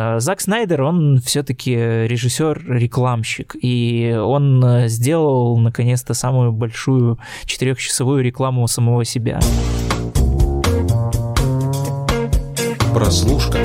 Зак Снайдер, он все-таки режиссер-рекламщик, и он сделал, наконец-то, самую большую 4-часовую рекламу самого себя. Прослушка.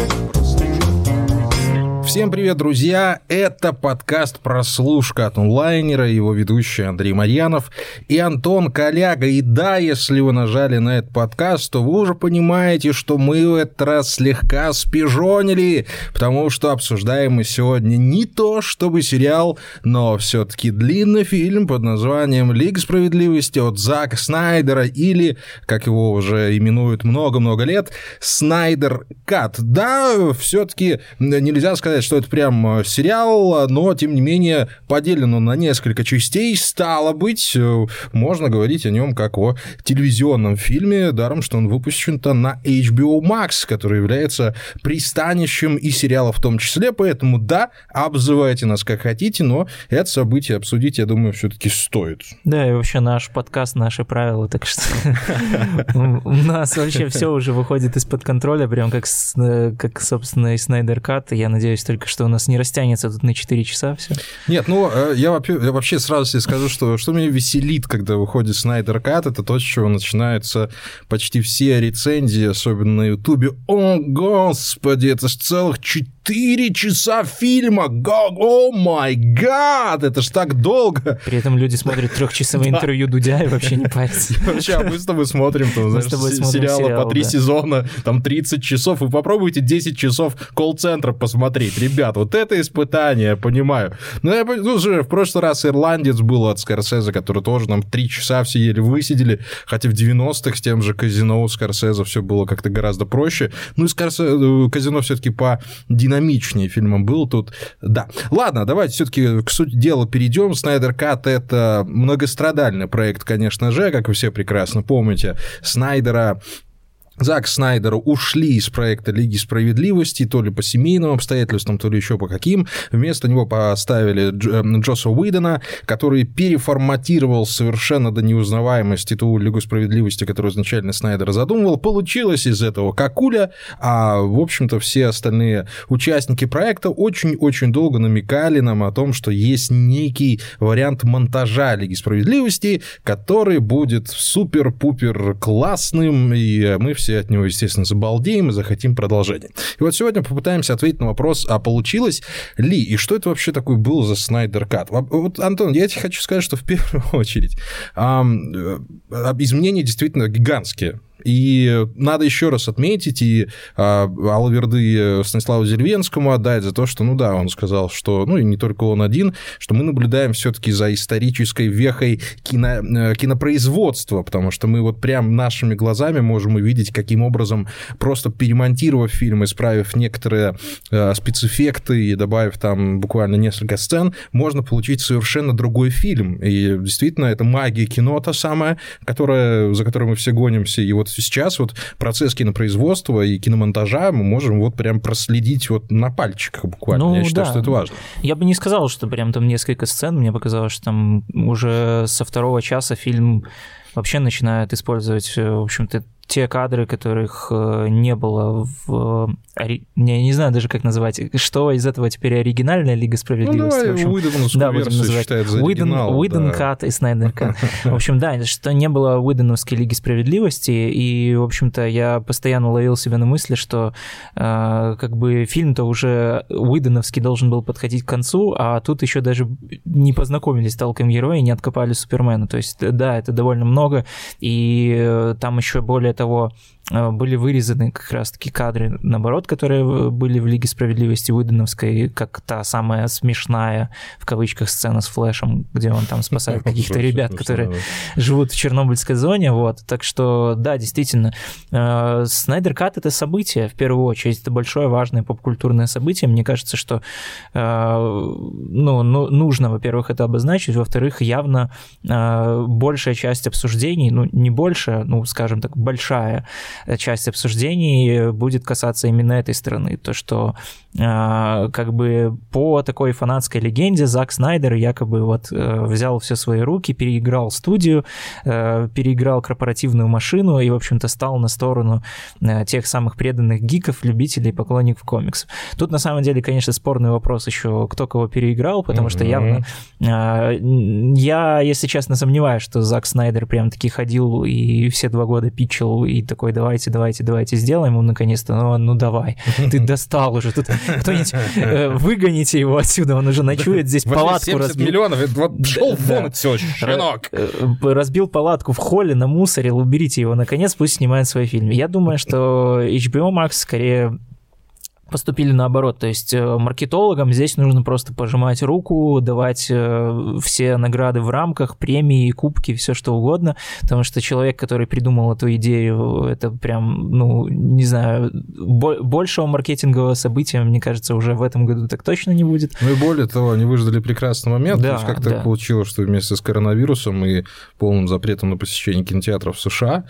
Всем привет, друзья! Это подкаст «Прослушка» от онлайнера, его ведущий Андрей Марьянов и Антон Коляга. И да, если вы нажали на этот подкаст, то вы уже понимаете, что мы в этот раз слегка спижонили, потому что обсуждаем мы сегодня не то чтобы сериал, но все-таки длинный фильм под названием «Лига справедливости» от Зака Снайдера, или, как его уже именуют много-много лет, «Снайдер Кат». Да, все-таки нельзя сказать, что это прям сериал, но, тем не менее, поделен он на несколько частей. Стало быть, можно говорить о нем как о телевизионном фильме, даром, что он выпущен-то на HBO Max, который является пристанищем и сериала в том числе. Поэтому, да, обзывайте нас как хотите, но это событие обсудить, я думаю, все-таки стоит. Да, и вообще наш подкаст, наши правила, так что у нас вообще все уже выходит из-под контроля, прям как, собственно, и Снайдер Кат. Я надеюсь, только что у нас не растянется тут на 4 часа все. Нет, ну, я вообще сразу себе скажу, что меня веселит, когда выходит Снайдер Кат, это то, с чего начинаются почти все рецензии, особенно на Ютубе. О, господи, это ж целых 4 часа фильма! О май гад! Это ж так долго! При этом люди смотрят 3-часовое интервью Дудя и вообще не парятся. Вообще, а мы с тобой смотрим, сериалы по 3 сезона, там 30 часов, вы попробуйте 10 часов колл-центра посмотреть. Ребят, вот это испытание, я понимаю. Ну, же в прошлый раз «Ирландец» был от Скорсезе, который тоже нам 3 часа все еле высидели, хотя в 90-х с тем же «Казино» у Скорсезе все было как-то гораздо проще. Ну, и «Казино» все-таки по динамичнее фильмом был тут. Да. Ладно, давайте все-таки к сути дела перейдем. «Снайдер Кат» — это многострадальный проект, конечно же, как вы все прекрасно помните. Зака Снайдера ушли из проекта «Лиги справедливости», то ли по семейным обстоятельствам, то ли еще по каким. Вместо него поставили Джосса Уидона, который переформатировал совершенно до неузнаваемости ту «Лигу справедливости», которую изначально Снайдер задумывал. Получилось из этого какуля, а, в общем-то, все остальные участники проекта очень-очень долго намекали нам о том, что есть некий вариант монтажа «Лиги справедливости», который будет супер-пупер классным, и мы все от него, естественно, забалдеем и захотим продолжения. И вот сегодня попытаемся ответить на вопрос, а получилось ли, и что это вообще такое был за Снайдер Кат? Вот, Антон, я тебе хочу сказать, что в первую очередь изменения действительно гигантские. И надо еще раз отметить и алаверды Станиславу Зельвенскому отдать за то, что, ну да, он сказал, что, ну и не только он один, что мы наблюдаем все-таки за исторической вехой кинопроизводства, потому что мы вот прям нашими глазами можем увидеть, каким образом, просто перемонтировав фильм, исправив некоторые спецэффекты и добавив там буквально несколько сцен, можно получить совершенно другой фильм. И действительно, это магия кино та самая, за которой мы все гонимся, и вот сейчас вот процесс кинопроизводства и киномонтажа мы можем вот прям проследить вот на пальчиках буквально. Ну, я считаю, что это важно. Я бы не сказал, что прям там несколько сцен. Мне показалось, что там уже со 2 часа фильм вообще начинает использовать, в общем-то, те кадры, которых не было в... Я не знаю даже, как называть. Что из этого теперь оригинальная «Лига справедливости»? Ну, давай Уидоновскую версию считают за оригинал. Уидон Кат и Снайдер Кат. В общем, да, что не было Уидоновской «Лиги справедливости», и, в общем-то, я постоянно ловил себя на мысли, что как бы фильм-то уже Уидоновский должен был подходить к концу, а тут еще даже не познакомились толком герои, не откопали Супермена. То есть, да, это довольно много, и там еще более того были вырезаны как раз-таки кадры, наоборот, которые были в «Лиге справедливости» Уидоновской, как та самая смешная, в кавычках, сцена с Флэшем, где он там спасает каких-то ребят, которые живут в Чернобыльской зоне, вот. Так что, да, действительно, Снайдер Кат — это событие, в первую очередь, это большое, важное поп-культурное событие. Мне кажется, что нужно, во-первых, это обозначить, во-вторых, явно большая часть обсуждений, ну, не больше, ну, скажем так, большая, часть обсуждений будет касаться именно этой стороны. То, что как бы по такой фанатской легенде Зак Снайдер якобы вот взял все в свои руки, переиграл студию, переиграл корпоративную машину и, в общем-то, стал на сторону тех самых преданных гиков, любителей, поклонников комиксов. Тут, на самом деле, конечно, спорный вопрос еще, кто кого переиграл, потому что явно... Я, если честно, сомневаюсь, что Зак Снайдер прям таки ходил и все 2 года питчил и такой, давайте сделаем ему наконец-то, ну давай, ты достал уже, тут кто-нибудь выгоните его отсюда, он уже ночует здесь, палатку разбил. миллионов, это вот шел вон отсюда, щенок. Разбил палатку в холле, намусорил, уберите его, наконец, пусть снимает свой фильм. Я думаю, что HBO Max скорее поступили наоборот, то есть маркетологам здесь нужно просто пожимать руку, давать все награды в рамках, премии, кубки, все что угодно, потому что человек, который придумал эту идею, это прям, ну, не знаю, большего маркетингового события, мне кажется, уже в этом году так точно не будет. Ну и более того, они выждали прекрасный момент, да, то есть как так получилось, что вместе с коронавирусом и полным запретом на посещение кинотеатров в США,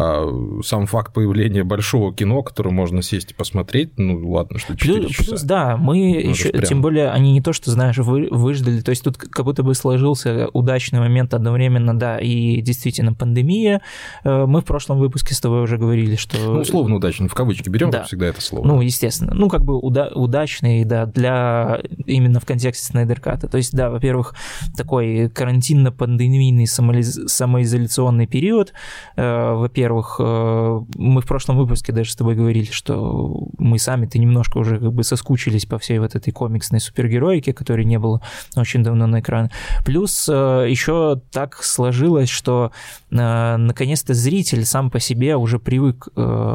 сам факт появления большого кино, которое можно сесть и посмотреть, ну ладно, что 4 часа. Плюс, да, мы еще, прям... тем более, они не то, что, знаешь, выждали, то есть тут как будто бы сложился удачный момент одновременно, да, и действительно пандемия. Мы в прошлом выпуске с тобой уже говорили, что... Ну, условно удачный, в кавычки берем, да, как всегда это слово. Ну, естественно, ну, как бы удачный, да, для именно в контексте Снайдер-ката. То есть, да, во-первых, такой карантинно-пандемийный самоизоляционный период. Во-первых, мы в прошлом выпуске даже с тобой говорили, что мы сами-то немножко уже как бы соскучились по всей вот этой комиксной супергероике, которой не было очень давно на экране. Плюс еще так сложилось, что наконец-то зритель сам по себе уже привык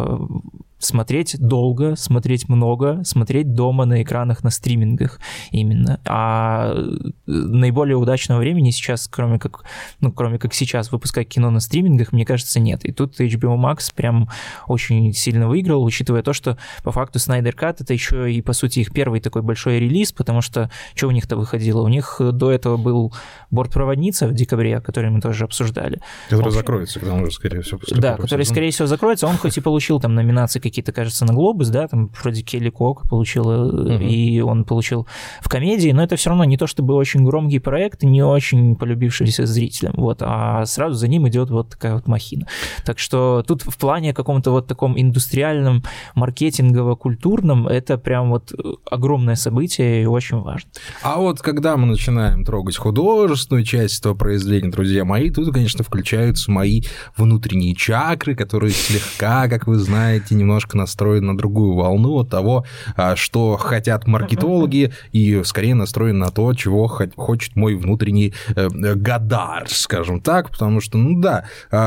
смотреть долго, смотреть много, смотреть дома на экранах, на стримингах именно. А наиболее удачного времени сейчас, кроме как сейчас выпускать кино на стримингах, мне кажется, нет. И тут HBO Max прям очень сильно выиграл, учитывая то, что по факту Snyder Cut это еще и, по сути, их первый такой большой релиз, потому что что у них-то выходило? У них до этого был «Бортпроводница» в декабре, который мы тоже обсуждали. Который закроется, когда он уже, скорее всего, после да, который, скорее всего, закроется. Он хоть и получил там номинации какие-то, кажется, на «Глобус», да, там вроде Келли Кок получила, и он получил в комедии, но это все равно не то чтобы очень громкий проект, не очень полюбившийся зрителям, вот, а сразу за ним идет вот такая вот махина. Так что тут в плане каком-то вот таком индустриальном, маркетингово-культурном это прям вот огромное событие и очень важно. А вот когда мы начинаем трогать художественную часть этого произведения, друзья мои, тут, конечно, включаются мои внутренние чакры, которые слегка, как вы знаете, немножко настроены на другую волну от того, что хотят маркетологи, и скорее настроены на то, чего хочет мой внутренний Годар, скажем так, потому что, ну да,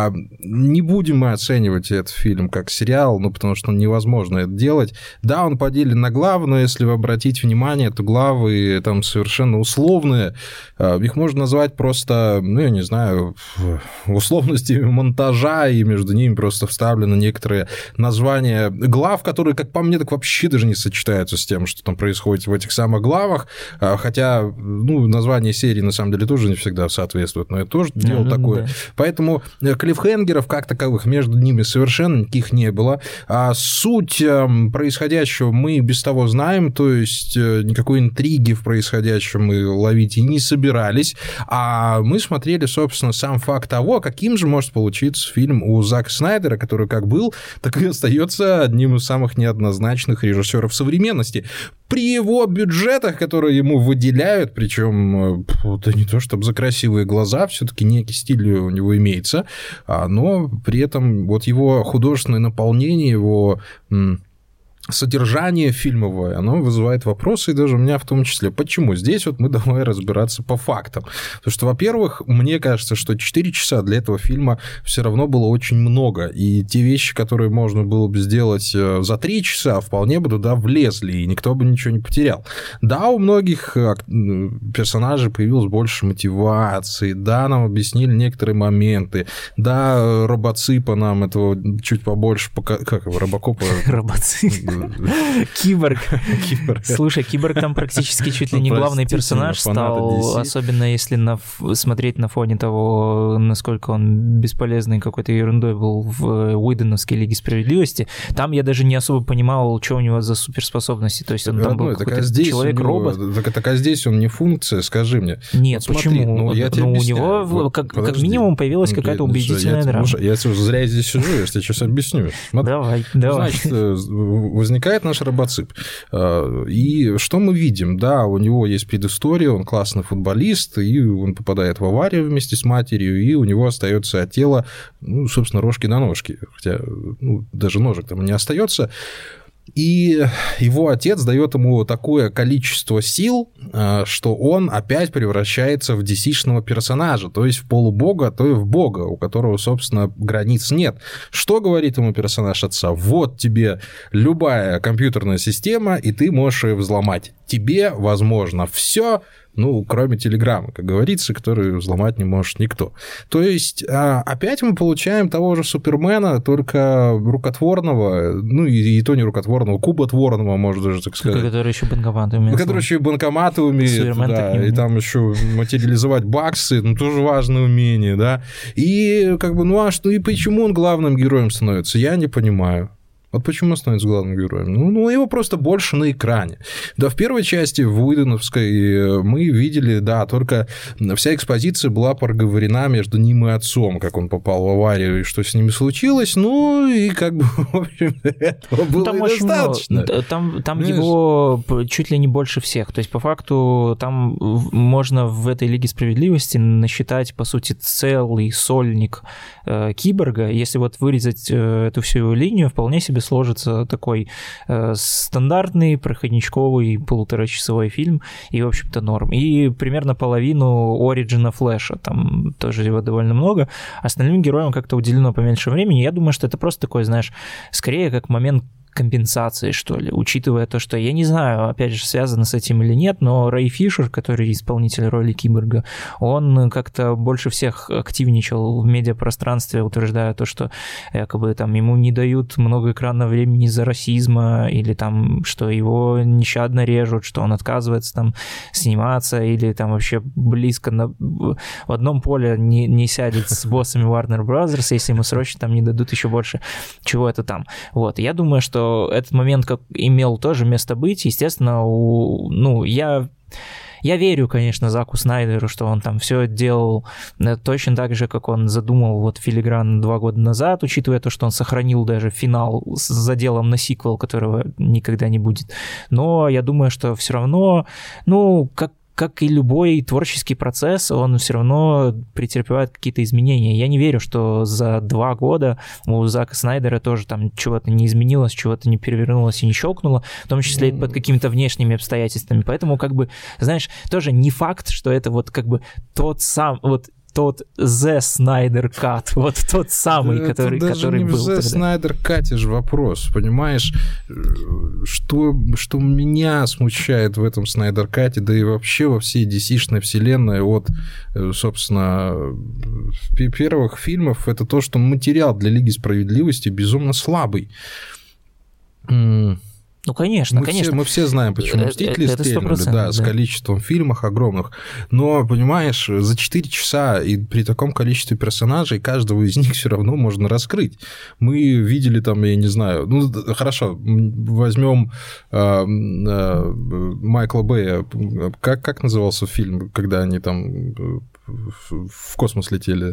не будем мы оценивать этот фильм как сериал, ну, потому что невозможно это делать. Да, он поделен на главы, но если вы обратите внимание, то главы там совершенно условные, их можно назвать просто, ну, я не знаю, условностями монтажа, и между ними просто вставлены некоторые названия глав, которые, как по мне, так вообще даже не сочетаются с тем, что там происходит в этих самых главах, хотя, ну, название серии, на самом деле, тоже не всегда соответствует, но это тоже дело такое. Да. Поэтому клиффхенгеров, как таковых, между ними совершенно никаких не было. А суть происходящего мы без того знаем, то есть никакой интриги в происходящем мы ловить и не собирались, а мы смотрели, собственно, сам факт того, каким же может получиться фильм у Зака Снайдера, который как был, так и остается одним из самых неоднозначных режиссеров современности. При его бюджетах, которые ему выделяют, причем это не то чтобы за красивые глаза, все-таки некий стиль у него имеется, но при этом вот его художественное наполнение, его содержание фильмовое, оно вызывает вопросы, и даже у меня в том числе. Почему? Здесь вот мы давай разбираться по фактам. Потому что, во-первых, мне кажется, что 4 часа для этого фильма все равно было очень много, и те вещи, которые можно было бы сделать за 3 часа, вполне бы туда влезли, и никто бы ничего не потерял. Да, у многих персонажей появилось больше мотивации, да, нам объяснили некоторые моменты, да, Робоципа нам этого чуть побольше... Как его, Робокопа? Робоцип. Киборг. Слушай, Киборг там практически чуть ли не главный персонаж стал, особенно если смотреть на фоне того, насколько он бесполезной какой-то ерундой был в Уидоновской Лиге Справедливости. Там я даже не особо понимал, что у него за суперспособности. То есть он там был какой-то человек-робот. Так а здесь он не функция, скажи мне. Нет, вот почему? Ну, у него как минимум появилась какая-то убедительная драма. Я зря здесь сижу, я тебе сейчас объясню. Давай. Значит, возникает наш робоцип. И что мы видим? Да, у него есть предыстория, он классный футболист, и он попадает в аварию вместе с матерью, и у него остается от тела, ну, собственно, рожки на ножки. Хотя даже ножек там не остается. И его отец дает ему такое количество сил, что он опять превращается в DC-шного персонажа, то есть в полубога, то и в бога, у которого, собственно, границ нет. Что говорит ему персонаж отца? Вот тебе любая компьютерная система, и ты можешь ее взломать. Тебе возможно все, ну, кроме телеграммы, как говорится, которую взломать не может никто. То есть опять мы получаем того же Супермена, только рукотворного, ну, и то не рукотворного, куботворного, можно даже так сказать. Который еще банкоматы умеет. Который еще и банкоматы умеет, да, и там еще материализовать баксы, ну, тоже важное умение, да. И как бы, ну, а что, и почему он главным героем становится, я не понимаю. Вот почему он становится главным героем? Ну, его просто больше на экране. Да, в первой части, в Уидоновской, мы видели, да, только вся экспозиция была проговорена между ним и отцом, как он попал в аварию и что с ними случилось, ну, и как бы, в общем, этого было там достаточно. Там его чуть ли не больше всех. То есть, по факту, там можно в этой Лиге Справедливости насчитать, по сути, целый сольник Киборга. Если вот вырезать эту всю линию, вполне себе сложится такой стандартный проходничковый полуторачасовой фильм, и, в общем-то, норм. И примерно половину Ориджина Флэша, там тоже его довольно много. Остальным героям как-то уделено поменьше времени. Я думаю, что это просто такой, знаешь, скорее как момент компенсации, что ли, учитывая то, что, я не знаю, опять же, связано с этим или нет, но Рэй Фишер, который исполнитель роли Киборга, он как-то больше всех активничал в медиапространстве, утверждая то, что якобы там ему не дают много экранного времени из-за расизма, или там, что его нещадно режут, что он отказывается там сниматься, или там вообще близко в одном поле не сядет с боссами Warner Bros., если ему срочно там не дадут еще больше чего-то там. Вот, я думаю, что этот момент как имел тоже место быть. Естественно, я верю, конечно, Заку Снайдеру, что он там все делал точно так же, как он задумал вот Филигран 2 года назад, учитывая то, что он сохранил даже финал с заделом на сиквел, которого никогда не будет. Но я думаю, что все равно, как и любой творческий процесс, он все равно претерпевает какие-то изменения. Я не верю, что за 2 года у Зака Снайдера тоже там чего-то не изменилось, чего-то не перевернулось и не щелкнуло, в том числе и под какими-то внешними обстоятельствами. Поэтому, как бы, знаешь, тоже не факт, что это вот как бы тот The Snyder Cut, вот тот самый, который был. Даже не в The Snyder Cut же вопрос, понимаешь, что меня смущает в этом Snyder Cut, да и вообще во всей DC-шной вселенной от, собственно, первых фильмов, это то, что материал для Лиги Справедливости безумно слабый. Ну, конечно, конечно. Мы все знаем, почему «Мстители» стрельнули, да, с количеством фильмов огромных. Но, понимаешь, за 4 часа и при таком количестве персонажей каждого из них все равно можно раскрыть. Мы видели там, я не знаю, ну, хорошо, возьмем Майкла Бэя. Как назывался фильм, когда они там в космос летели?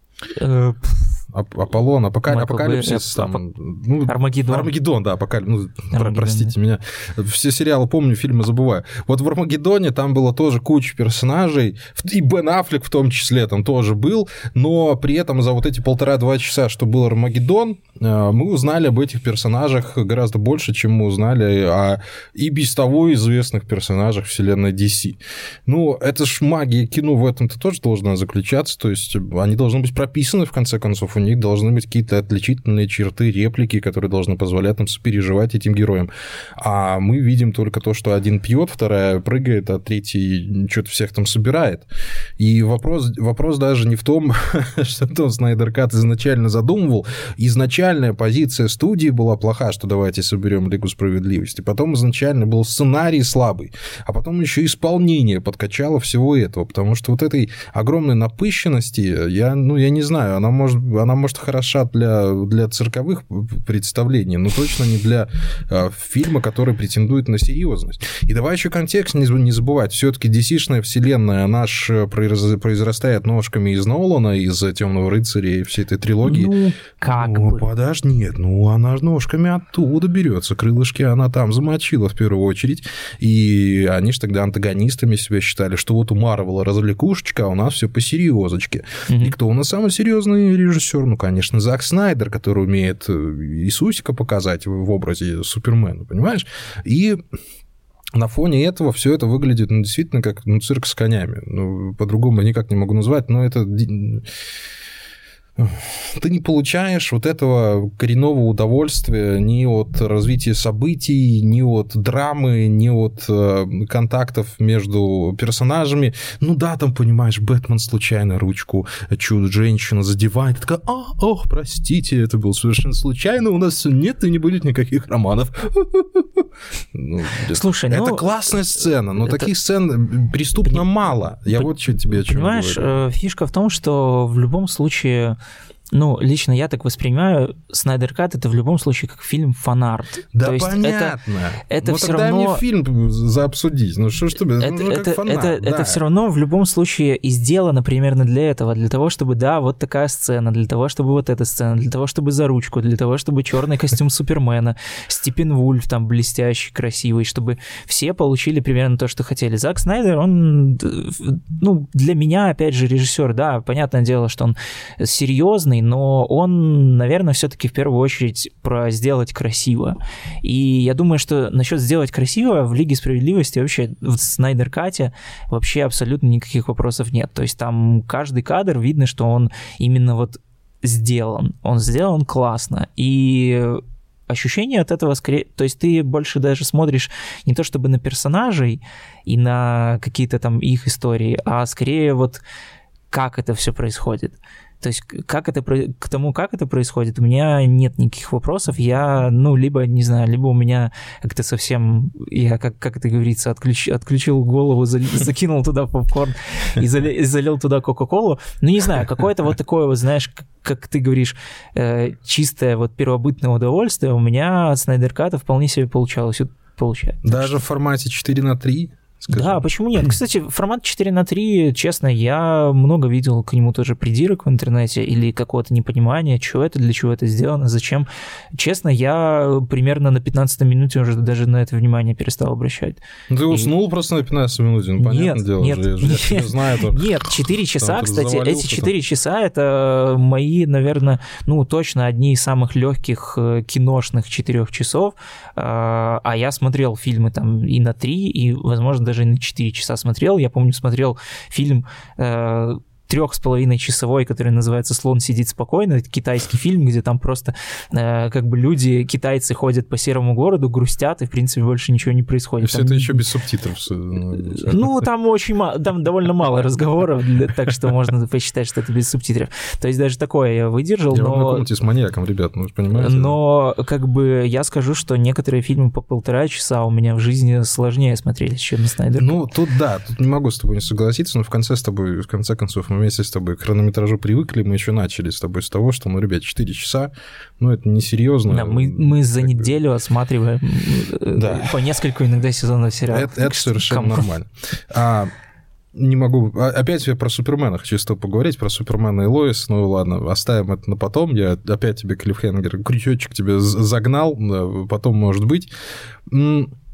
Аполлон, Апокалипсис, там, Армагеддон, да, простите меня. Все сериалы помню, фильмы забываю. Вот в Армагеддоне там было тоже куча персонажей, и Бен Аффлек в том числе там тоже был, но при этом за вот эти 1,5-2 часа, что был Армагеддон, мы узнали об этих персонажах гораздо больше, чем мы узнали о и без того известных персонажах вселенной DC. Ну, это ж магия кино в этом-то тоже должна заключаться, то есть они должны быть прописаны, в конце концов, у них должны быть какие-то отличительные черты, реплики, которые должны позволять нам сопереживать этим героям. А мы видим только то, что один пьет, вторая прыгает, а третий что-то всех там собирает. И вопрос даже не в том, что там Снайдер Кат изначально задумывал. Изначальная позиция студии была плоха, что давайте соберем Лигу справедливости. Потом изначально был сценарий слабый, а потом еще исполнение подкачало всего этого, потому что вот этой огромной напыщенности, я не знаю, она может хороша для цирковых представлений, но точно не для фильма, который претендует на серьезность. И давай еще контекст не забывать. Все-таки DC-шная вселенная, она ж произрастает ножками из Нолана, из «Темного рыцаря» и всей этой трилогии. Подожди, нет, она ж ножками оттуда берется, крылышки она там замочила в первую очередь, и они же тогда антагонистами себя считали, что вот у Марвела развлекушечка, а у нас все по-серьезочке. И кто у нас самый серьезный режиссер? Конечно, Зак Снайдер, который умеет Иисусика показать в образе Супермена, понимаешь? И на фоне этого все это выглядит действительно как цирк с конями. По-другому никак не могу назвать, но это... Ты не получаешь вот этого коренного удовольствия ни от развития событий, ни от драмы, ни от контактов между персонажами. Там, понимаешь, Бэтмен случайно ручку женщина задевает, такая, простите, это было совершенно случайно, у нас нет и не будет никаких романов. Слушай, это классная сцена, но таких сцен преступно мало. Я вот что тебе о чем говорю. Понимаешь, фишка в том, что в любом случае... лично я так воспринимаю, Снайдер Кат это в любом случае как фильм фан-арт. Да, то есть понятно. Это все тогда равно... мне фильм заобсудить. Что ж тебе? Как фан-арт. Это все равно в любом случае и сделано примерно для этого. Для того, чтобы, вот такая сцена, для того, чтобы вот эта сцена, для того, чтобы за ручку, для того, чтобы черный костюм Супермена, Степенвульф там блестящий, красивый, чтобы все получили примерно то, что хотели. Зак Снайдер, он, для меня, опять же, режиссер, да, понятное дело, что он серьезный, но он, наверное, все-таки в первую очередь про сделать красиво. И я думаю, что насчет сделать красиво в Лиге справедливости вообще в Снайдер Кате вообще абсолютно никаких вопросов нет. То есть там каждый кадр видно, что он именно вот сделан. Он сделан классно. И ощущение от этого скорее... То есть ты больше даже смотришь не то чтобы на персонажей и на какие-то там их истории, а скорее вот как это все происходит. То есть к тому, как это происходит, у меня нет никаких вопросов. Я, либо, не знаю, либо у меня как-то совсем, я, как это говорится, отключил голову, закинул туда попкорн и залил туда Кока-Колу. Не знаю, какое-то вот такое, вот, знаешь, как ты говоришь, чистое вот первобытное удовольствие у меня от Снайдер Ката вполне себе получается. Даже в формате 4:3? Скажи. Да, почему нет? Кстати, формат 4:3, честно, я много видел к нему тоже придирок в интернете или какого-то непонимания, что это, для чего это сделано, зачем. Честно, я примерно на 15-й минуте уже даже на это внимание перестал обращать. Ты уснул просто на 15 минуте, понятное дело. Я знаю это. Нет, 4 часа, кстати, эти 4 часа это мои, наверное, точно одни из самых легких киношных 4 часов, а я смотрел фильмы там и на 3, и, возможно, даже на 4 часа смотрел. Я помню, смотрел фильм 3,5-часовой, который называется «Слон сидит спокойно». Это китайский фильм, где там просто люди, китайцы ходят по серому городу, грустят, и, в принципе, больше ничего не происходит. Все это еще без субтитров. Там довольно мало разговоров, так что можно посчитать, что это без субтитров. То есть даже такое я выдержал. Я в комнате с маньяком, ребят, вы понимаете? Но я скажу, что некоторые фильмы по 1,5 часа у меня в жизни сложнее смотрелись, чем Снайдер. Тут не могу с тобой не согласиться, но в конце концов, мы вместе с тобой к хронометражу привыкли, мы еще начали с тобой с того, что, ребят, 4 часа, это несерьезно. Да, мы за неделю осматриваем по несколько иногда сезонов сериалов. Это совершенно нормально. Не могу... Опять я про Супермена хочу с тобой поговорить, про Супермена и Лоис. Ладно, оставим это на потом. Я опять тебе, клиффхенгер, крючочек тебе загнал, потом, может быть.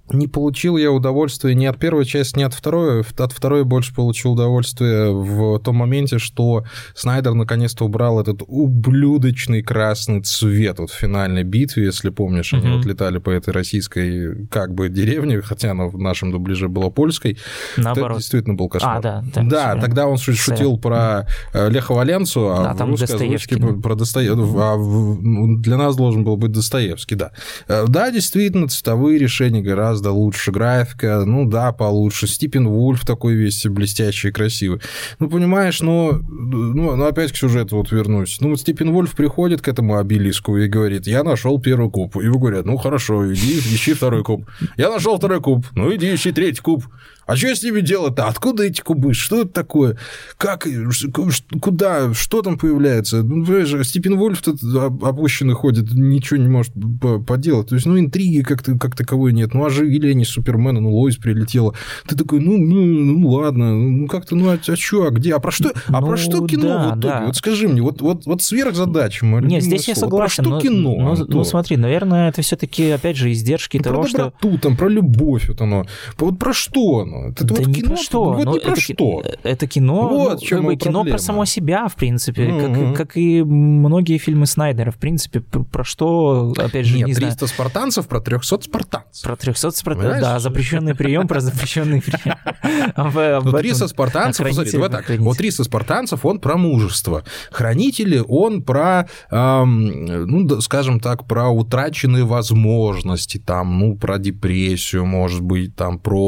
Не получил я удовольствия ни от первой части, ни от второй. От второй больше получил удовольствие в том моменте, что Снайдер наконец-то убрал этот ублюдочный красный цвет вот в финальной битве, если помнишь, они вот летали по этой российской как бы деревне, хотя она в нашем дуближе была польской. Наоборот. Это действительно был кошмар. Да, тогда он шутил про Леха Валенцу, а в русской озвучке про Достоевского. А для нас должен был быть Достоевский, да. Да, действительно, цветовые решения гораздо лучше, графика, ну да, получше. Стивен Вульф такой весь блестящий и красивый. Ну, понимаешь, ну опять к сюжету вот вернусь. Ну, вот Стивен Вульф приходит к этому обелиску и говорит, я нашел первый куб. И вы говорят, ну, хорошо, иди ищи второй куб. Я нашел второй куб. Ну, иди ищи третий куб. А что с ними делать-то? Откуда эти кубы? Что это такое? Как? Куда? Что там появляется? Ну, понимаешь, Стивен Вульф тут опущенный ходит, ничего не может поделать. То есть, ну, интриги как таковой нет. Ну, оживили они Супермена, ну, Лоис прилетела. Ты такой, ну ладно, ну, как-то, ну, а что, а где? А про что кино в итоге? Да. Вот скажи мне, вот сверхзадача. Нет, здесь я согласен. Про что кино? Ну, смотри, наверное, это все-таки, опять же, издержки того, про доброту, там, про любовь, вот оно. Вот про что оно? Это да вот не кино, про что. Вот не про что. Это кино, вот кино про само себя, в принципе, как и многие фильмы Снайдера, в принципе, про что, опять же, не 300 знаю. спартанцев, про 300 спартанцев. Про 300 спартанцев, да, запрещенный прием, про запрещенный прием. 300 спартанцев, посмотри, давай так, вот 300 спартанцев, он про мужество. Хранители, он про, ну, скажем так, про утраченные возможности, там, ну, про депрессию, может быть, там, про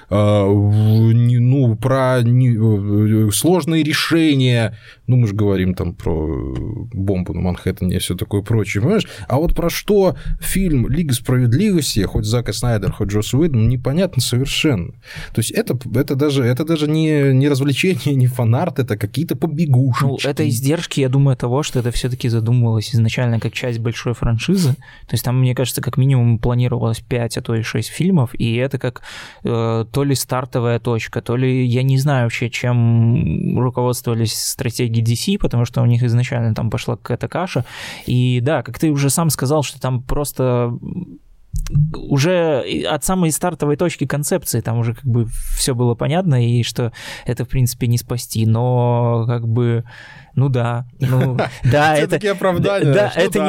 сложные решения, ну, мы же говорим там про бомбу на Манхэттене и все такое прочее, понимаешь? А вот про что фильм «Лига справедливости», хоть Зака Снайдер, хоть Джосс Уидон, непонятно совершенно. То есть это даже не развлечение, не фан-арт, это какие-то побегушечки. Ну, это издержки, я думаю, того, что это все-таки задумывалось изначально как часть большой франшизы. То есть там, мне кажется, как минимум планировалось 5, а то и 6 фильмов, и это как то ли стартовая точка, то ли, я не знаю вообще, чем руководствовались стратегии DC, потому что у них изначально там пошла какая-то каша. И да, как ты уже сам сказал, что там просто уже от самой стартовой точки концепции там уже как бы все было понятно, и что это, в принципе, не спасти, но как бы... Ну да, это такие оправдания. Да, это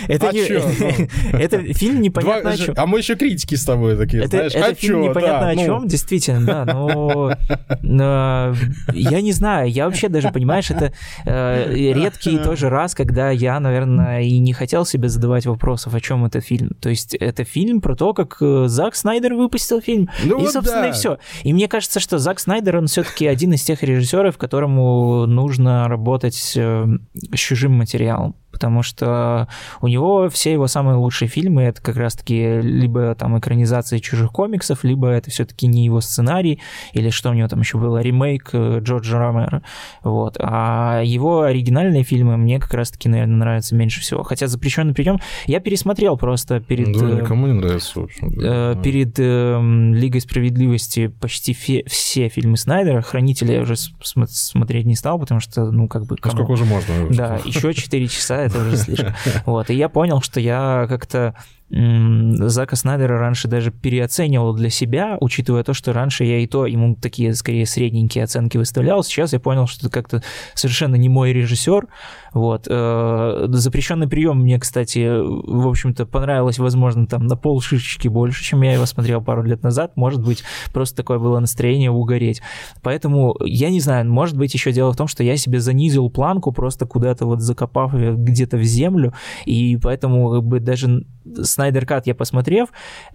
фильм непонятно о чем. А мы еще критики с тобой такие, знаешь. Это фильм непонятно о чем, действительно, да. Но я не знаю, я вообще даже, понимаешь, это редкий тоже раз, когда я, наверное, и не хотел себе задавать вопросов, о чем этот фильм. То есть это фильм про то, как Зак Снайдер выпустил фильм, и, собственно, и все. И мне кажется, что Зак Снайдер, он все-таки один из тех режиссеров, которому нужно работать с чужим материалом, потому что у него все его самые лучшие фильмы это как раз-таки либо там экранизации чужих комиксов, либо это все-таки не его сценарий, или что у него там еще было, ремейк Джорджа Ромеро. Вот. А его оригинальные фильмы мне как раз-таки, наверное, нравятся меньше всего. Хотя «Запрещенный прием» я пересмотрел просто перед... Да, никому не нравится, в общем. Перед «Лигой справедливости» почти все фильмы Снайдера. «Хранители» я уже смотреть не стал, потому что, ну, как бы... Сколько уже можно? Да, еще 4 часа, это уже слишком. Вот, и я понял, что я как-то Зака Снайдера раньше даже переоценивал для себя, учитывая то, что раньше я и то ему такие, скорее, средненькие оценки выставлял. Сейчас я понял, что это как-то совершенно не мой режиссер. Вот. «Запрещенный прием» мне, кстати, в общем-то, понравилось, возможно, там на полшишечки больше, чем я его смотрел пару лет назад. Может быть, просто такое было настроение угореть. Поэтому, я не знаю, может быть, еще дело в том, что я себе занизил планку, просто куда-то вот закопав ее где-то в землю, и поэтому как бы даже Снайдер Кат я посмотрев,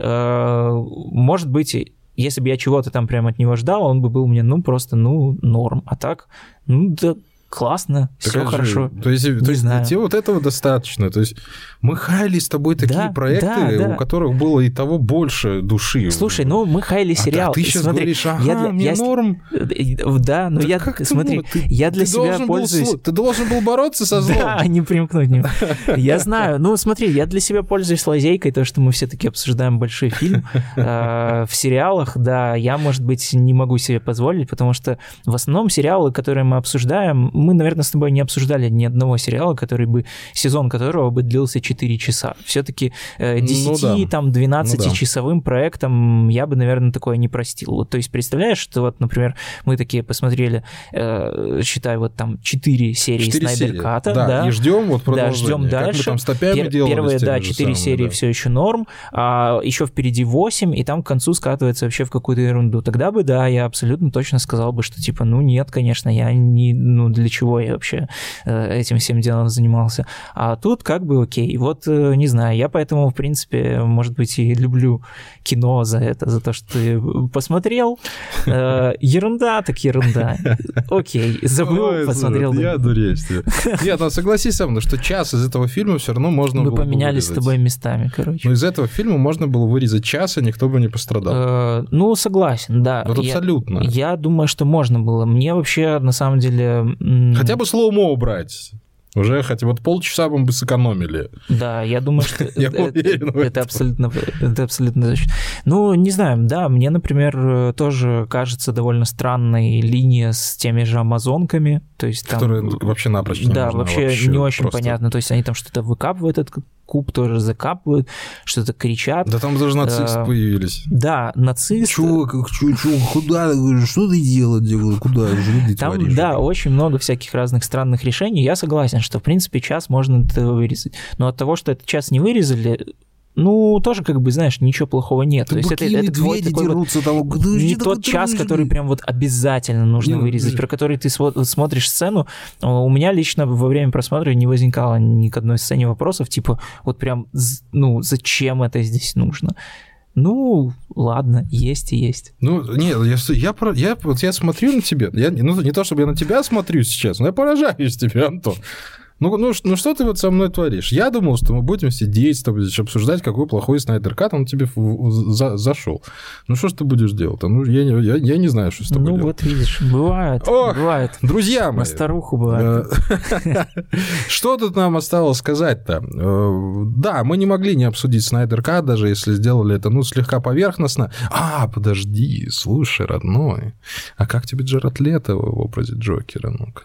может быть, если бы я чего-то там прям от него ждал, он бы был мне, ну, просто, ну, норм. А так, ну, да, классно, все хорошо. То есть тебе вот этого достаточно. То есть мы хайли с тобой такие проекты, у которых было и того больше души. Слушай, ну мы хайли сериал. Ты сейчас говоришь, мне норм. Да, но я, смотри, я для себя пользуюсь... Ты должен был бороться со злом. Да, не примкнуть к нему. Я знаю. Ну смотри, я для себя пользуюсь лазейкой, то, что мы все-таки обсуждаем большой фильм. В сериалах, да, я, может быть, не могу себе позволить, потому что в основном сериалы, которые мы обсуждаем, мы, наверное, с тобой не обсуждали ни одного сериала, сезон которого бы длился 4 часа. Все-таки 10-12-часовым проектом я бы, наверное, такое не простил. Вот, то есть, представляешь, что вот, например, мы такие посмотрели, считай, вот там 4 серии Снайдер-ката. Да, и ждем вот продолжение. Да, ждем дальше. Как мы там с топями делали. Первые, 4 серии все еще норм, а еще впереди 8, и там к концу скатывается вообще в какую-то ерунду. Тогда бы, да, я абсолютно точно сказал бы, что типа, нет, конечно, я не... для чего я вообще этим всем делом занимался. А тут как бы окей. Вот, не знаю, я поэтому, в принципе, может быть, и люблю кино за это, за то, что ты посмотрел. Ерунда так ерунда. Окей, забыл, посмотрел. Я дурец тебе. Нет, согласись со мной, что час из этого фильма все равно можно было бы поменялись с тобой местами, короче. Но из этого фильма можно было вырезать час, и никто бы не пострадал. Согласен, да. Вот абсолютно. Я думаю, что можно было. Мне вообще, на самом деле... Хотя бы слоумо убрать. Уже хотя бы полчаса бы сэкономили. Да, я думаю, что это абсолютно точно. Не знаю, да, мне, например, тоже кажется довольно странной линия с теми же амазонками. То есть там... Которые вообще напрочь не нужны. Да, вообще не очень понятно. То есть они там что-то выкапывают, этот куб тоже закапывают, что-то кричат. Да там даже нацисты появились. Да, нацисты. Чувак, куда? Что ты делал? Куда? Там, да, очень много всяких разных странных решений. Я согласен, что, в принципе, час можно этого вырезать. Но от того, что этот час не вырезали... тоже, как бы, знаешь, ничего плохого нет. То есть это твой такой не тот час, который прям вот обязательно нужно вырезать, про который ты смотришь сцену. У меня лично во время просмотра не возникало ни к одной сцене вопросов, типа, вот прям, зачем это здесь нужно? Ладно, есть и есть. Нет, я смотрю на тебя, не то, чтобы я на тебя смотрю сейчас, но я поражаюсь тебе, Антон. Что ты вот со мной творишь? Я думал, что мы будем сидеть с тобой, обсуждать, какой плохой Снайдер-кат, он тебе зашел. Что ж ты будешь делать? Я не знаю, что с тобой делать. Вот видишь, бывает. Друзья мои. На старуху бывает. Что тут нам осталось сказать-то? Да, мы не могли не обсудить Снайдер-кат, даже если сделали это, слегка поверхностно. Подожди, слушай, родной, а как тебе Джаред Лето в образе Джокера? Ну-ка.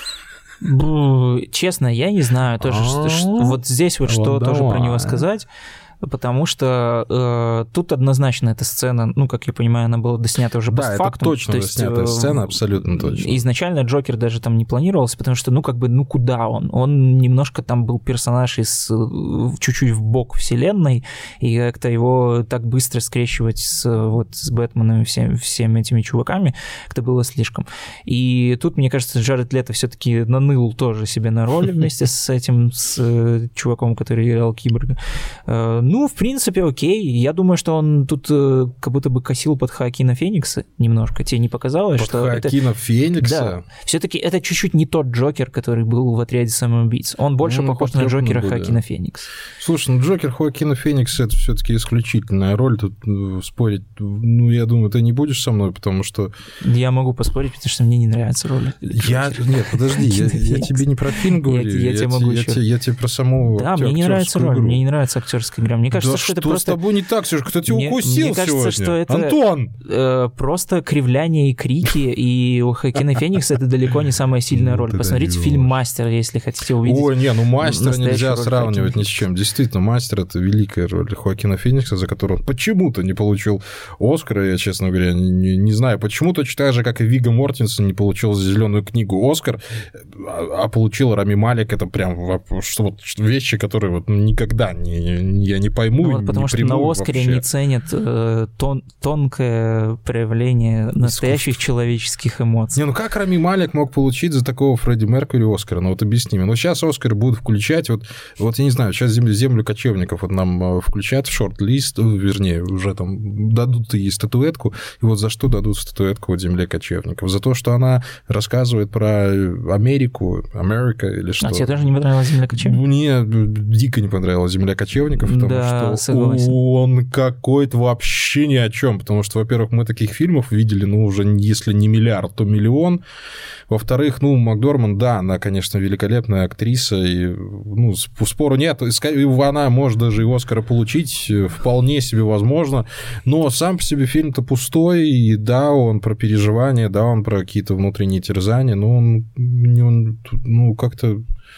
Честно, я не знаю тоже, вот здесь вот что тоже про него сказать. Потому что тут однозначно эта сцена, как я понимаю, она была доснята уже постфактум. Да, это точно доснятая сцена, абсолютно точно. Изначально Джокер даже там не планировался, потому что, куда он? Он немножко там был персонаж чуть-чуть в бок вселенной, и как-то его так быстро скрещивать с Бэтменом и всеми этими чуваками, как-то было слишком. И тут, мне кажется, Джаред Лето все-таки наныл тоже себе на роль вместе с чуваком, который играл Киборга. В принципе, окей. Я думаю, что он тут как будто бы косил под Хоакина Феникса немножко. Тебе не показалось, под Хоакина Феникса? Да. Все-таки это чуть-чуть не тот Джокер, который был в «Отряде самоубийц». Он больше похож на Джокера Хоакина Феникса. Слушай, Джокер Хоакина Феникса — это все-таки исключительная роль. Тут спорить, я думаю, ты не будешь со мной, потому что... Я могу поспорить, потому что мне не нравится роль. Нет, подожди, я тебе не про фильм говорю. Я тебе про саму актерскую игру. Да, мне не нравится роль, мне не нравится актерская игра. Мне кажется, что это просто... с тобой не так, Сереж? Кто тебя укусил мне кажется, сегодня? Что это Антон! Просто кривляние и крики, и у Хоакина Феникса это далеко не самая сильная роль. Посмотрите фильм «Мастер», если хотите увидеть. Ой, «Мастер» нельзя сравнивать ни с чем. Действительно, «Мастер» — это великая роль Хоакина Феникса, за которую он почему-то не получил Оскара. Я, честно говоря, не знаю, почему. Точно так же, как и Вигго Мортенсен не получил за «Зеленую книгу» Оскар, а получил Рами Малек. Это прям вещи, которые никогда я не пойму. Потому что на «Оскаре» вообще не ценят тонкое проявление настоящих человеческих эмоций. Как Рами Малек мог получить за такого Фредди Меркьюри Оскара? Объясни мне. Сейчас Оскар будут включать, я не знаю, сейчас «Землю кочевников» нам включат в шорт-лист, вернее, уже там дадут ей статуэтку, и за что дадут статуэтку «Земле кочевников»? За то, что она рассказывает про Америка или что? А тебе тоже не понравилась «Земля кочевников»? Мне дико не понравилась «Земля кочевников», потому Да, что он какой-то вообще ни о чем, потому что, во-первых, мы таких фильмов видели, ну, уже если не миллиард, то миллион. Во-вторых, ну, Макдорманд, да, она, конечно, великолепная актриса, и, ну, спору нет, она может даже и Оскара получить, вполне себе возможно, но сам по себе фильм-то пустой, и да, он про переживания, да, он про какие-то внутренние терзания, но он ну, как-то...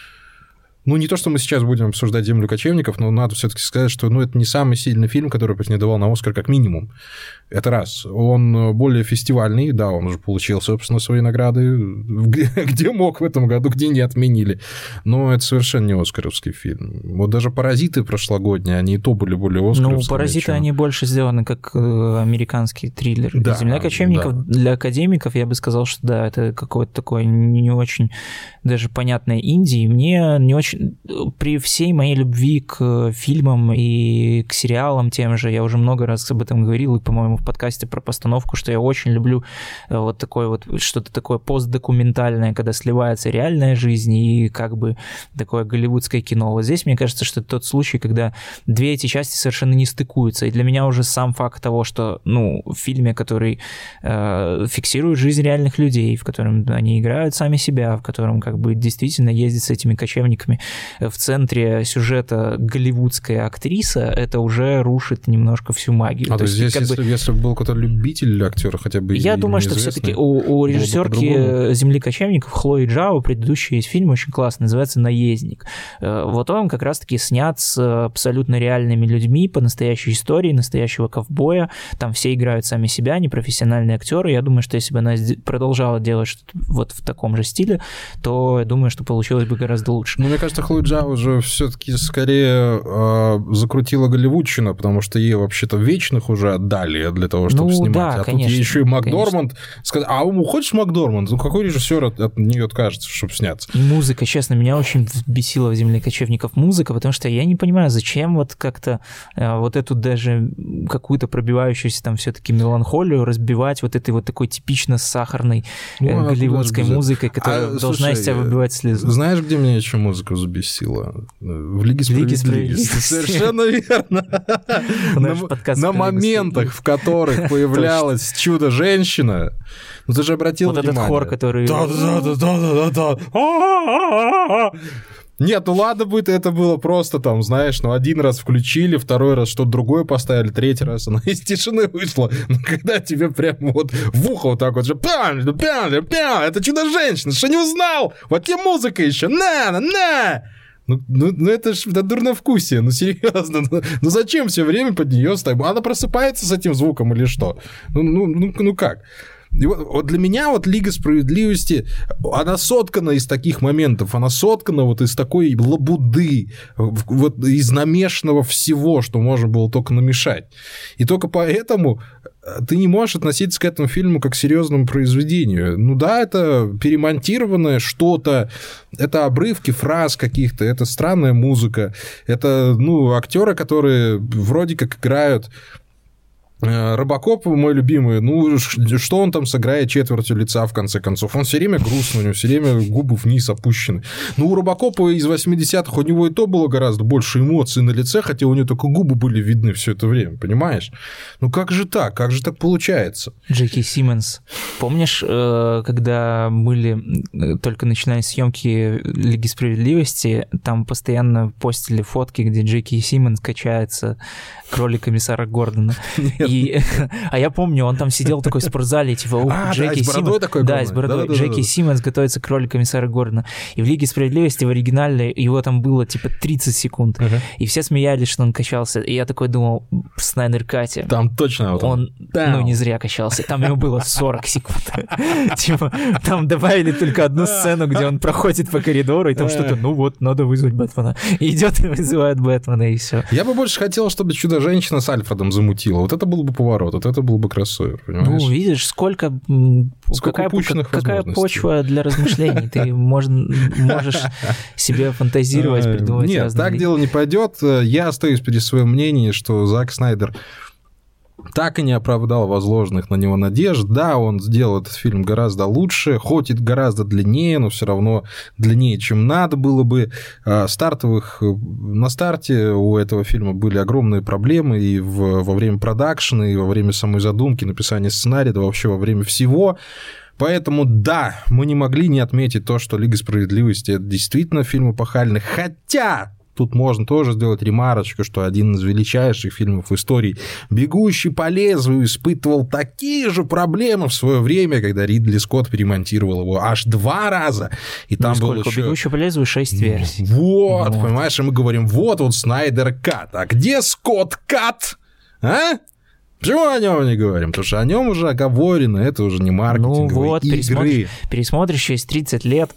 Ну, не то, что мы сейчас будем обсуждать «Землю кочевников», но надо все-таки сказать, что ну, это не самый сильный фильм, который претендовал на «Оскар» как минимум. Это раз. Он более фестивальный, да, он уже получил, собственно, свои награды, где мог в этом году, где не отменили. Но это совершенно не оскаровский фильм. Вот даже «Паразиты» прошлогодние, они и то были более оскаровские. Ну, «Паразиты», они больше сделаны как американский триллер. Да, «Земля кочевников» для академиков, я бы сказал, что да, это какое-то такое не очень даже понятное инди. Мне не очень... При всей моей любви к фильмам и к сериалам тем же, я уже много раз об этом говорил, и, по-моему, в подкасте про постановку, что я очень люблю вот такое вот, что-то такое постдокументальное, когда сливается реальная жизнь и как бы такое голливудское кино. Вот здесь, мне кажется, что это тот случай, когда две эти части совершенно не стыкуются, и для меня уже сам факт того, что, ну, в фильме, который фиксирует жизнь реальных людей, в котором они играют сами себя, в котором как бы действительно ездят с этими кочевниками, в центре сюжета голливудская актриса, это уже рушит немножко всю магию. То есть здесь, если бы был какой-то любитель актера, хотя бы я думаю, что все-таки у режиссерки «Земли кочевников» Хлои Джао предыдущий есть фильм очень классный, называется «Наездник». Вот он как раз-таки снят с абсолютно реальными людьми по настоящей истории, настоящего ковбоя. Там все играют сами себя, непрофессиональные актеры. Я думаю, что если бы она продолжала делать что-то вот в таком же стиле, то я думаю, что получилось бы гораздо лучше. Ну, мне кажется, Хлоя Джао уже все-таки скорее закрутила голливудщина, потому что ей вообще-то «Вечных» уже отдали для того, чтобы снимать. Да, конечно, тут ей еще и Макдорманд сказал: а хочешь Макдорманд? Ну, какой режиссер от нее откажется, чтобы сняться? И музыка, честно, меня очень бесила в «Земле кочевников» музыка, потому что я не понимаю, зачем вот как-то вот эту даже какую-то пробивающуюся там все-таки меланхолию разбивать вот этой вот такой типично сахарной голливудской музыкой, которая должна из себя выбивать слезы. Знаешь, где меня еще музыка забесила? В «Лиге справедливости». Совершенно верно. На моментах, в которых появлялась чудо-женщина, ну ты же обратил внимание. Вот этот хор, который... Да-да-да-да-да-да. Нет, ну ладно бы это было просто там, знаешь, ну один раз включили, второй раз что-то другое поставили, третий раз она из тишины вышла. Но когда тебе прям вот в ухо вот так вот же это чудо-женщина, что не узнал? Вот тебе музыка еще, на! Ну это ж дурновкусие, ну серьезно, ну зачем все время под нее ставить? Она просыпается с этим звуком или что? Ну как? И вот для меня вот «Лига справедливости», она соткана из таких моментов, она соткана вот из такой лабуды, вот из намешанного всего, что можно было только намешать. И только поэтому ты не можешь относиться к этому фильму как к серьезному произведению. Ну да, это перемонтированное что-то, это обрывки фраз каких-то, это странная музыка, это, ну, актеры, которые вроде как играют... Робокоп мой любимый, ну, что он там сыграет четвертью лица, в конце концов? Он все время грустный, у него все время губы вниз опущены. Ну, у Робокопа из 80-х у него и то было гораздо больше эмоций на лице, хотя у него только губы были видны все это время, понимаешь? Ну, как же так? Как же так получается? Джеки Симмонс. Помнишь, когда были только начинались съемки «Лиги справедливости», там постоянно постили фотки, где Джеки Симмонс качается к роли комиссара Гордона. А я помню, он там сидел в такой спортзале, типа, Джеки Симмонс. Да, с бородой. Джеки Симмонс готовится к роли комиссара Гордона. И в «Лиге справедливости» в оригинале его там было, типа, 30 секунд. И все смеялись, что он качался. И я такой думал, Снайдер Кати. Там точно он, ну, не зря качался. Там ему было 40 секунд. Типа, там добавили только одну сцену, где он проходит по коридору, и там что-то, ну вот, надо вызвать Бэтмена. И идет и вызывает Бэтмена, и все. Я бы больше хотел, чтобы Чудо-женщина с Альфредом замутила. Вот это был бы поворот, вот это был бы кроссовер, понимаешь? Ну, видишь, какая почва для размышлений. Ты можешь себе фантазировать, придумать разные... Нет, так дело не пойдет. Я остаюсь при своем мнении, что Зак Снайдер так и не оправдал возложенных на него надежд. Да, он сделал этот фильм гораздо лучше, хоть и гораздо длиннее, но все равно длиннее, чем надо было бы. На старте у этого фильма были огромные проблемы и во время продакшена, и во время самой задумки, написания сценария, да вообще во время всего. Поэтому, да, мы не могли не отметить то, что «Лига справедливости» — это действительно фильм эпохальный, хотя... Тут можно тоже сделать ремарочку, что один из величайших фильмов в истории «Бегущий по лезвию» испытывал такие же проблемы в свое время, когда Ридли Скотт перемонтировал его аж 2 раза. И там был еще... «Бегущий по лезвию» 6 версий. Вот, понимаешь, и мы говорим, вот Снайдер кат. А где Скотт кат? А? Почему о нем не говорим? Потому что о нем уже оговорено, это уже не маркетинговые игры. Пересмотришь через 30 лет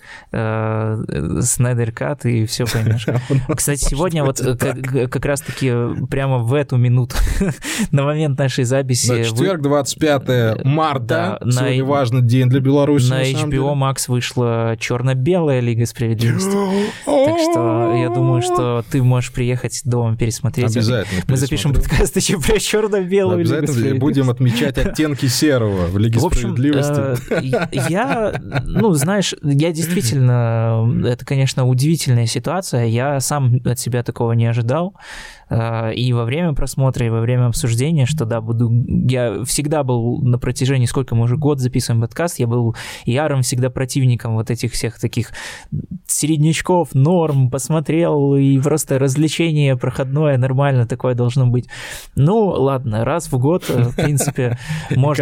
Снайдер Кат и все поймешь. Кстати, сегодня вот как раз-таки прямо в эту минуту, на момент нашей записи... Четверг, 25 марта, сегодня важный день для Беларуси. На HBO Max вышла черно-белая «Лига справедливости». Так что я думаю, что ты можешь приехать дома пересмотреть. Обязательно. Мы запишем подкаст еще про черно-белую «Лигу». Обязательно будем отмечать оттенки серого в «Лиге справедливости». Я действительно, это, конечно, удивительная ситуация, я сам от себя такого не ожидал, и во время просмотра, и во время обсуждения, что да, я всегда был на протяжении, сколько мы уже год записываем подкаст, я был ярым всегда противником вот этих всех таких середнячков, норм, посмотрел, и просто развлечение проходное, нормально такое должно быть. Ну, ладно, раз в год, в принципе, можно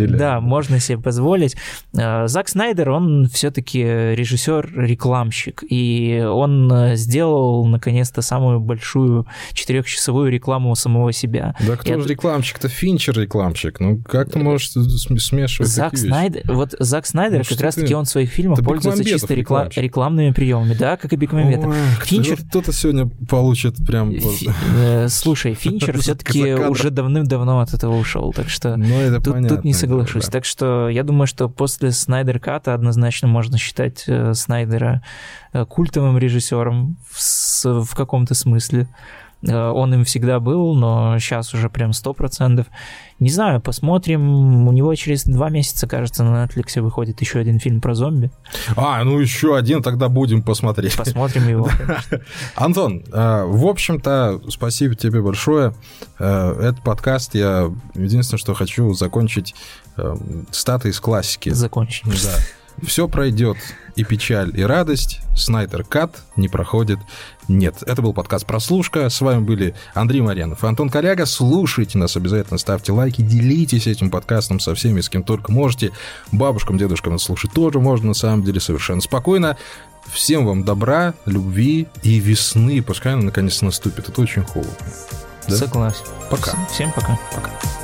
себе позволить. Зак Снайдер, он все-таки режиссер-рекламщик, и он сделал, наконец-то, самую большую 4-часовую рекламу самого себя. Да кто же рекламщик-то? Финчер рекламщик. Ну, как ты можешь смешивать Зак Снайдер, как раз-таки он в своих фильмах пользуется чисто рекламными приемами, да, как и Бекмамбетов. Финчер... Кто-то сегодня получит прям... Слушай, Финчер все-таки уже давным-давно от этого ушел, так что тут не соглашусь. Так что я думаю, что после Снайдер Ката однозначно можно считать Снайдера культовым режиссером в каком-то смысле. Он им всегда был, но сейчас уже прям 100%. Не знаю, посмотрим. У него через 2 месяца, кажется, на Netflix выходит еще один фильм про зомби. Еще один, тогда будем посмотреть. Посмотрим его. Антон, в общем-то, спасибо тебе большое. Этот подкаст я единственное, что хочу закончить цитатой из классики. Закончить. Да. Все пройдет, и печаль, и радость. Снайдер Кат не проходит. Нет. Это был подкаст «Прослушка». С вами были Андрей Марьянов и Антон Коляга. Слушайте нас обязательно, ставьте лайки, делитесь этим подкастом со всеми, с кем только можете. Бабушкам, дедушкам нас слушать тоже можно, на самом деле, совершенно спокойно. Всем вам добра, любви и весны. Пускай она наконец наступит. Это очень холодно. Да? Согласен. Пока. Всем пока. Пока.